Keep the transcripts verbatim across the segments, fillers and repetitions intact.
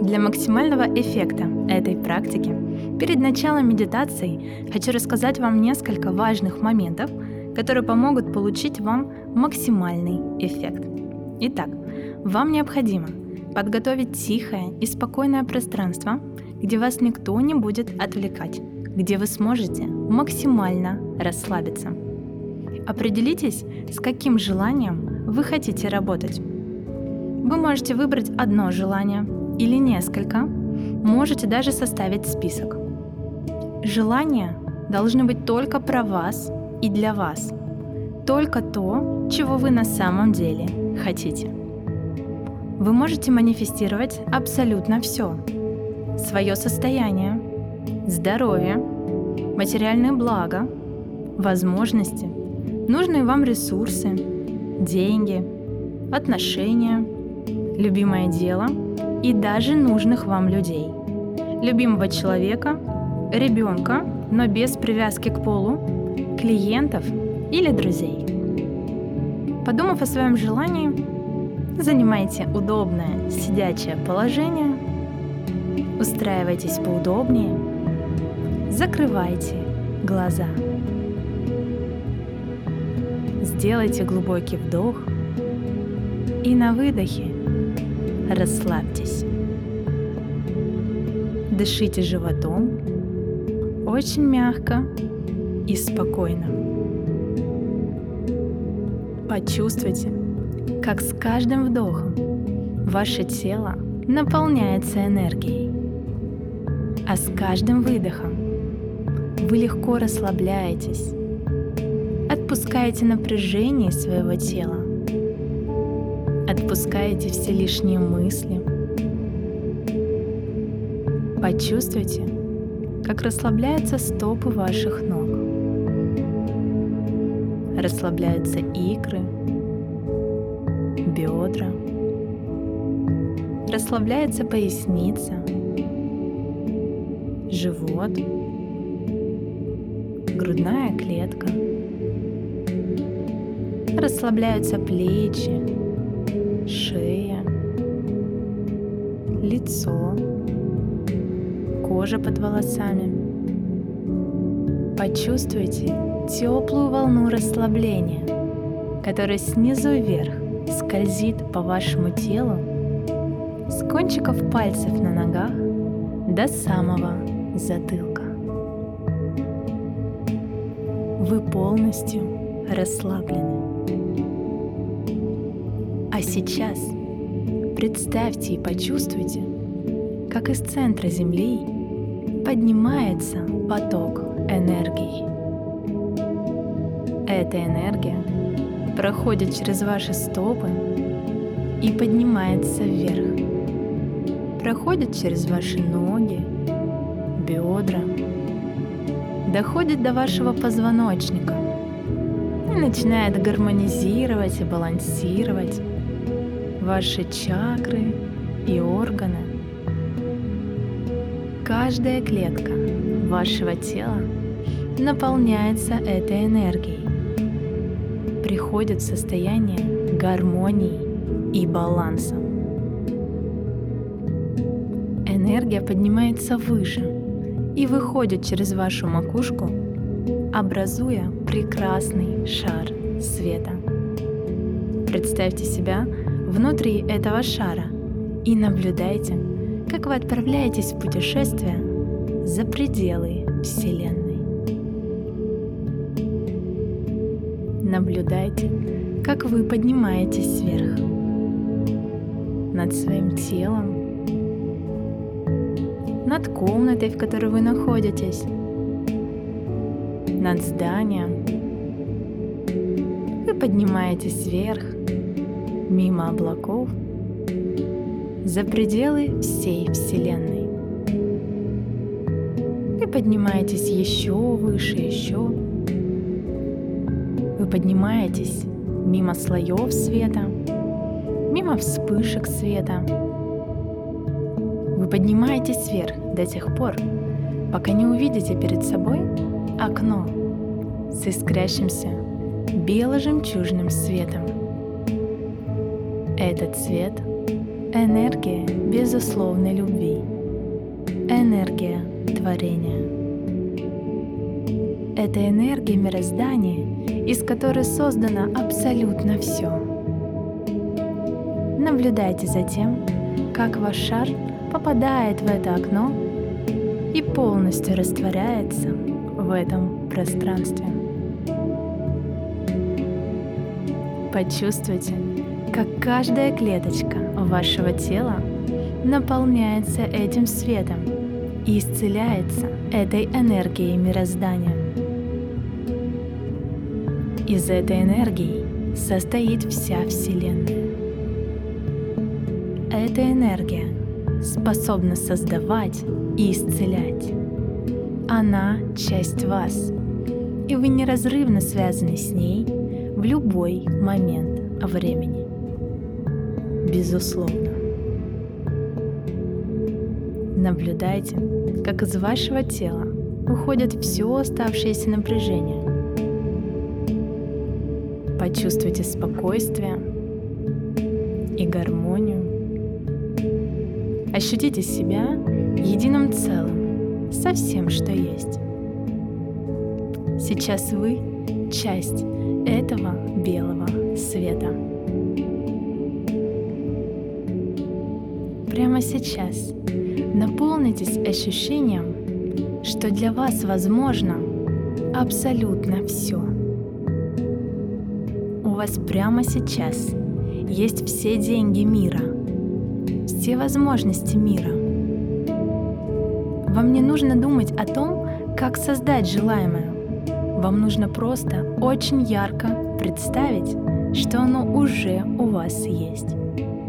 Для максимального эффекта этой практики перед началом медитации хочу рассказать вам несколько важных моментов, которые помогут получить вам максимальный эффект. Итак, вам необходимо подготовить тихое и спокойное пространство, где вас никто не будет отвлекать, где вы сможете максимально расслабиться. Определитесь, с каким желанием вы хотите работать. Вы можете выбрать одно желание или несколько, можете даже составить список. Желания должны быть только про вас и для вас, только то, чего вы на самом деле хотите. Вы можете манифестировать абсолютно все: свое состояние, здоровье, материальные блага, возможности, нужные вам ресурсы, деньги, отношения, любимое дело и даже нужных вам людей, любимого человека, ребенка, но без привязки к полу, клиентов или друзей. Подумав о своем желании, занимайте удобное сидячее положение, устраивайтесь поудобнее, закрывайте глаза. Сделайте глубокий вдох и на выдохе расслабьтесь. Дышите животом очень мягко и спокойно. Почувствуйте, как с каждым вдохом ваше тело наполняется энергией, а с каждым выдохом вы легко расслабляетесь, отпускаете напряжение своего тела, отпускаете все лишние мысли. Почувствуйте, как расслабляются стопы ваших ног, расслабляются икры, бедра, расслабляется поясница, живот, грудная клетка, расслабляются плечи, шея, лицо, кожа под волосами. Почувствуйте теплую волну расслабления, которая снизу вверх скользит по вашему телу с кончиков пальцев на ногах до самого затылка. Вы полностью расслаблены. А сейчас представьте и почувствуйте, как из центра Земли поднимается поток энергии. Эта энергия проходит через ваши стопы и поднимается вверх. Проходит через ваши ноги, бедра, доходит до вашего позвоночника и начинает гармонизировать и балансировать ваши чакры и органы. Каждая клетка вашего тела наполняется этой энергией, приходит в состояние гармонии и баланса. Энергия поднимается выше и выходит через вашу макушку, образуя прекрасный шар света. Представьте себя внутри этого шара и наблюдайте, как вы отправляетесь в путешествие за пределы Вселенной. Наблюдайте, как вы поднимаетесь вверх над своим телом, над комнатой, в которой вы находитесь, над зданием. Вы поднимаетесь вверх, мимо облаков, за пределы всей Вселенной. Вы поднимаетесь еще выше, еще. Вы поднимаетесь мимо слоев света, мимо вспышек света. Вы поднимаетесь вверх до тех пор, пока не увидите перед собой окно с искрящимся бело-жемчужным светом. Этот цвет Энергия безусловной любви. Энергия творения. Это энергия мироздания, из которой создано абсолютно все. Наблюдайте за тем, как ваш шар попадает в это окно и полностью растворяется в этом пространстве. Почувствуйте, как каждая клеточка вашего тела наполняется этим светом и исцеляется этой энергией мироздания. Из этой энергии состоит вся Вселенная. Эта энергия способна создавать и исцелять. Она — часть вас, и вы неразрывно связаны с ней в любой момент времени. Безусловно. Наблюдайте, как из вашего тела уходит все оставшееся напряжение. Почувствуйте спокойствие и гармонию. Ощутите себя единым целым со всем, что есть. Сейчас вы — часть этого белого света. Прямо сейчас наполнитесь ощущением, что для вас возможно абсолютно все. У вас прямо сейчас есть все деньги мира, все возможности мира. Вам не нужно думать о том, как создать желаемое. Вам нужно просто очень ярко представить, что оно уже у вас есть.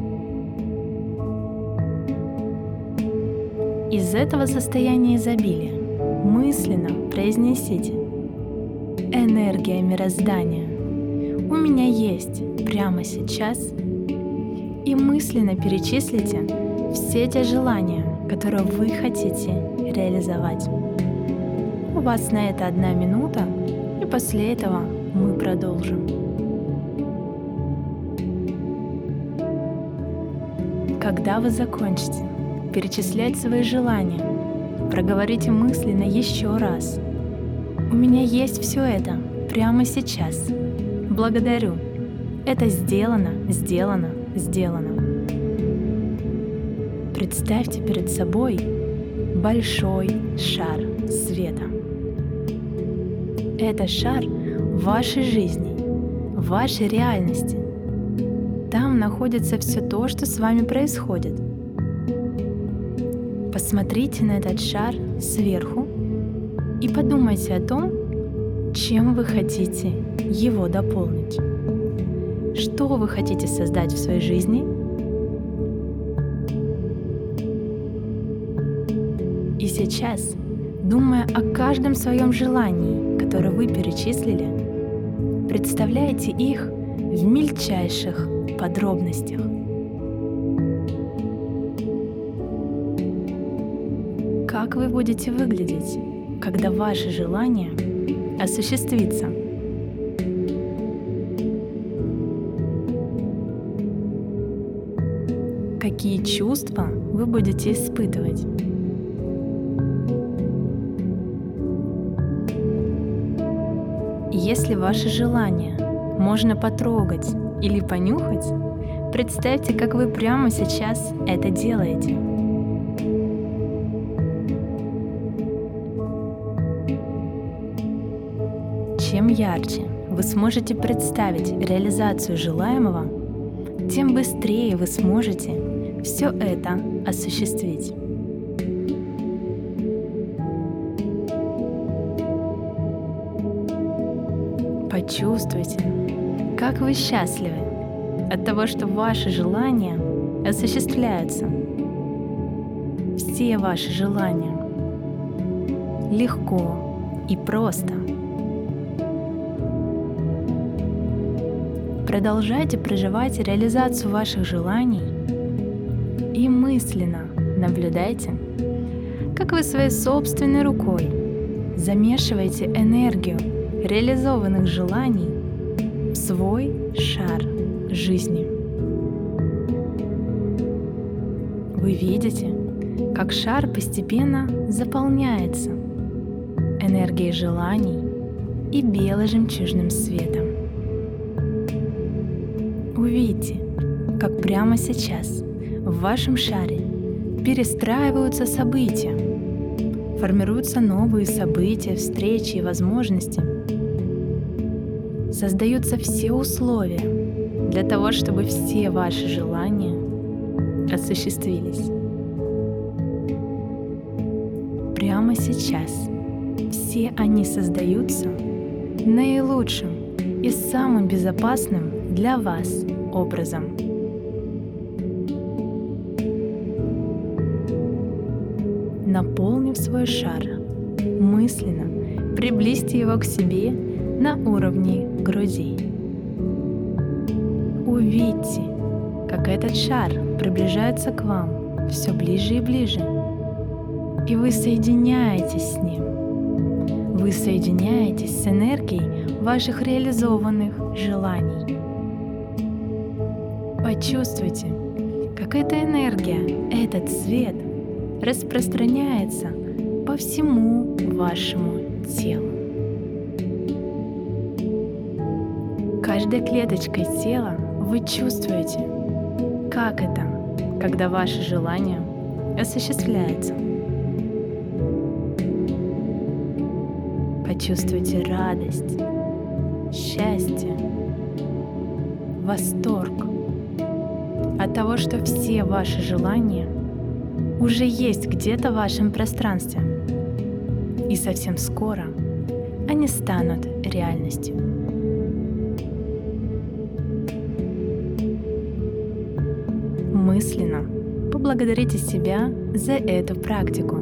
Из этого состояния изобилия мысленно произнесите: энергия мироздания у меня есть прямо сейчас, и мысленно перечислите все те желания, которые вы хотите реализовать. У вас на это одна минута, и после этого мы продолжим. Когда вы закончите перечислять свои желания, проговорите мысленно еще раз: у меня есть все это прямо сейчас. Благодарю. Это сделано, сделано, сделано. Представьте перед собой большой шар света. Это шар вашей жизни, вашей реальности. Там находится все то, что с вами происходит. Посмотрите на этот шар сверху и подумайте о том, чем вы хотите его дополнить. Что вы хотите создать в своей жизни? И сейчас, думая о каждом своем желании, которое вы перечислили, представляйте их в мельчайших подробностях. Как вы будете выглядеть, когда ваше желание осуществится? Какие чувства вы будете испытывать? Если ваше желание можно потрогать или понюхать, представьте, как вы прямо сейчас это делаете. Чем ярче вы сможете представить реализацию желаемого, тем быстрее вы сможете все это осуществить. Почувствуйте, как вы счастливы от того, что ваши желания осуществляются. Все ваши желания. Легко и просто. Продолжайте проживать реализацию ваших желаний и мысленно наблюдайте, как вы своей собственной рукой замешиваете энергию реализованных желаний в свой шар жизни. Вы видите, как шар постепенно заполняется энергией желаний и бело-жемчужным светом. Увидите, как прямо сейчас в вашем шаре перестраиваются события, формируются новые события, встречи и возможности. Создаются все условия для того, чтобы все ваши желания осуществились. Прямо сейчас все они создаются наилучшим и самым безопасным для вас образом. Наполнив свой шар, мысленно приблизьте его к себе на уровне груди. Увидьте, как этот шар приближается к вам все ближе и ближе, и вы соединяетесь с ним. Вы соединяетесь с энергией ваших реализованных желаний. Почувствуйте, как эта энергия, этот свет распространяется по всему вашему телу. Каждой клеточкой тела вы чувствуете, как это, когда ваше желание осуществляется. Почувствуйте радость, счастье, восторг от того, что все ваши желания уже есть где-то в вашем пространстве, и совсем скоро они станут реальностью. Мысленно поблагодарите себя за эту практику.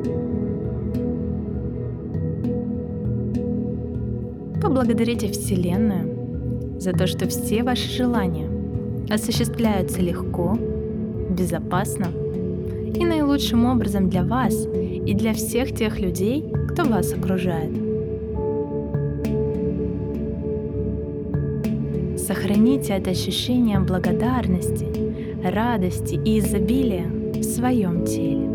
Поблагодарите Вселенную за то, что все ваши желания осуществляются легко, безопасно и наилучшим образом для вас и для всех тех людей, кто вас окружает. Сохраните это ощущение благодарности, радости и изобилия в своем теле.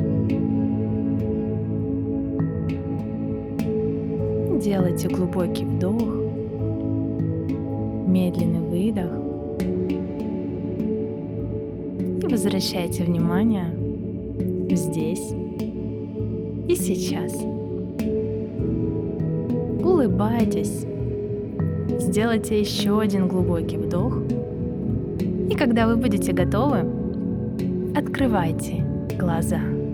Делайте глубокий вдох, медленный выдох и возвращайте внимание здесь и сейчас. Улыбайтесь, сделайте еще один глубокий вдох, и когда вы будете готовы, открывайте глаза.